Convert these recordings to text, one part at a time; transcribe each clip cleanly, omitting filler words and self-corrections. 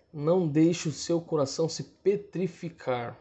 Não deixe o seu coração se petrificar.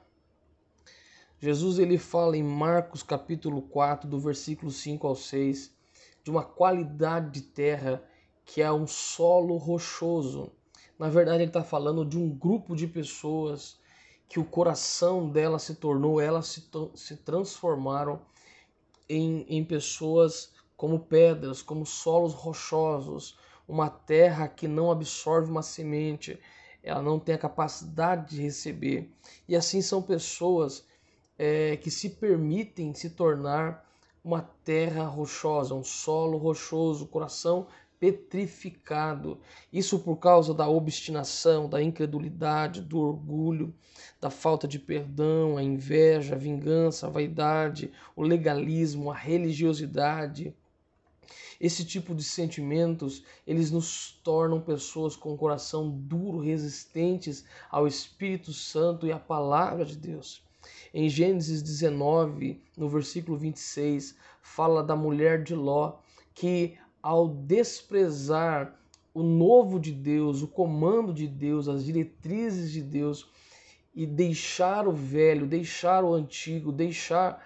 Jesus ele fala em Marcos capítulo 4, do versículo 5 ao 6, de uma qualidade de terra que é um solo rochoso. Na verdade, ele está falando de um grupo de pessoas que o coração delas se tornou, se transformaram em pessoas como pedras, como solos rochosos, uma terra que não absorve uma semente, ela não tem a capacidade de receber. E assim são pessoas que se permitem se tornar uma terra rochosa, um solo rochoso, coração petrificado. Isso por causa da obstinação, da incredulidade, do orgulho, da falta de perdão, a inveja, a vingança, a vaidade, o legalismo, a religiosidade. Esse tipo de sentimentos, eles nos tornam pessoas com o coração duro, resistentes ao Espírito Santo e à palavra de Deus. Em Gênesis 19, no versículo 26, fala da mulher de Ló, que ao desprezar o novo de Deus, o comando de Deus, as diretrizes de Deus, e deixar o velho, deixar o antigo, deixar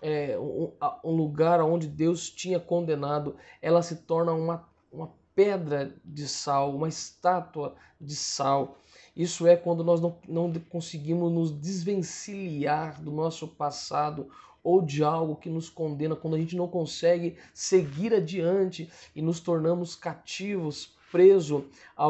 um lugar onde Deus tinha condenado, ela se torna uma pedra de sal, uma estátua de sal. Isso é quando nós não conseguimos nos desvencilhar do nosso passado ou de algo que nos condena, quando a gente não consegue seguir adiante e nos tornamos cativos, presos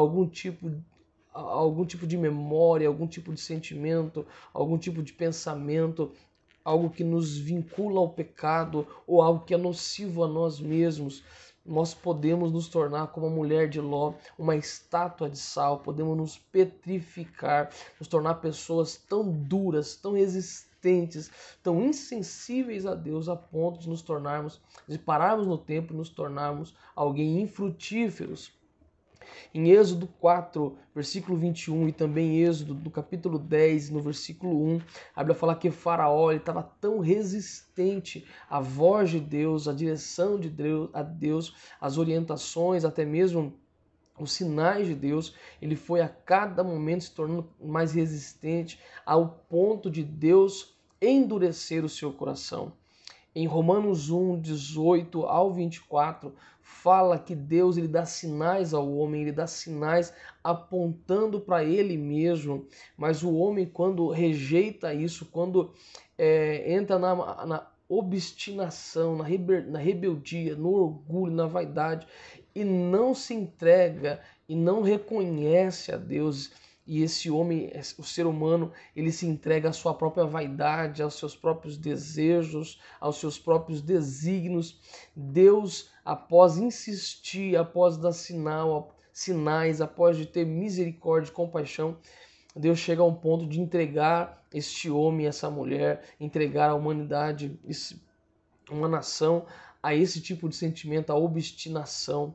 a algum tipo de memória, algum tipo de sentimento, algum tipo de pensamento, algo que nos vincula ao pecado ou algo que é nocivo a nós mesmos. Nós podemos nos tornar como a mulher de Ló, uma estátua de sal, podemos nos petrificar, nos tornar pessoas tão duras, tão resistentes, tão insensíveis a Deus a ponto de nos tornarmos, de pararmos no tempo e nos tornarmos alguém infrutíferos. Em Êxodo 4, versículo 21 e também em Êxodo, do capítulo 10, no versículo 1, a Bíblia fala que Faraó estava tão resistente à voz de Deus, à direção de Deus, a Deus, às orientações, até mesmo os sinais de Deus, ele foi a cada momento se tornando mais resistente ao ponto de Deus endurecer o seu coração. Em Romanos 1, 18 ao 24, fala que Deus ele dá sinais ao homem, ele dá sinais apontando para ele mesmo, mas o homem, quando rejeita isso, quando entra na obstinação, na rebeldia, no orgulho, na vaidade, e não se entrega e não reconhece a Deus, e esse homem, o ser humano, ele se entrega à sua própria vaidade, aos seus próprios desejos, aos seus próprios desígnios. Deus, após insistir, após dar sinais, após de ter misericórdia e compaixão, Deus chega a um ponto de entregar este homem, essa mulher, entregar a humanidade, uma nação, a esse tipo de sentimento, a obstinação.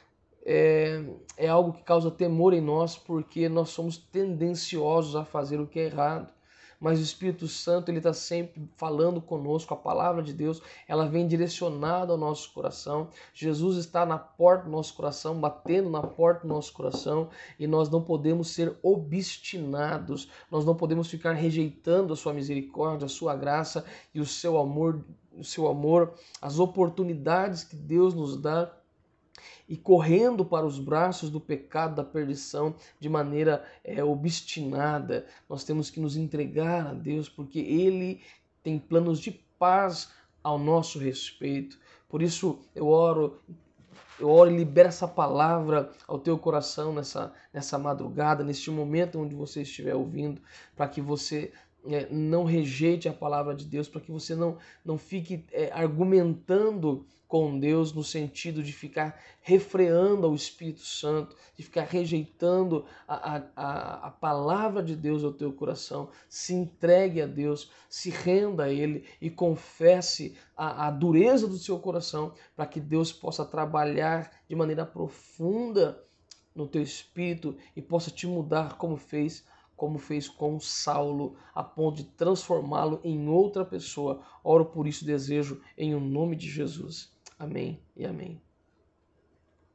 É algo que causa temor em nós, porque nós somos tendenciosos a fazer o que é errado. Mas o Espírito Santo ele está sempre falando conosco, a palavra de Deus, ela vem direcionada ao nosso coração. Jesus está na porta do nosso coração, batendo na porta do nosso coração, e nós não podemos ser obstinados, nós não podemos ficar rejeitando a sua misericórdia, a sua graça e o seu amor, as oportunidades que Deus nos dá, e correndo para os braços do pecado, da perdição, de maneira obstinada. Nós temos que nos entregar a Deus, porque Ele tem planos de paz ao nosso respeito. Por isso eu oro e libero essa palavra ao teu coração nessa madrugada, neste momento onde você estiver ouvindo, para que você não rejeite a palavra de Deus, para que você não fique argumentando com Deus no sentido de ficar refreando ao Espírito Santo, de ficar rejeitando a palavra de Deus ao teu coração. Se entregue a Deus, se renda a Ele e confesse a dureza do seu coração, para que Deus possa trabalhar de maneira profunda no teu espírito e possa te mudar como fez com Saulo, a ponto de transformá-lo em outra pessoa. Oro por isso, desejo em o nome de Jesus. Amém e amém.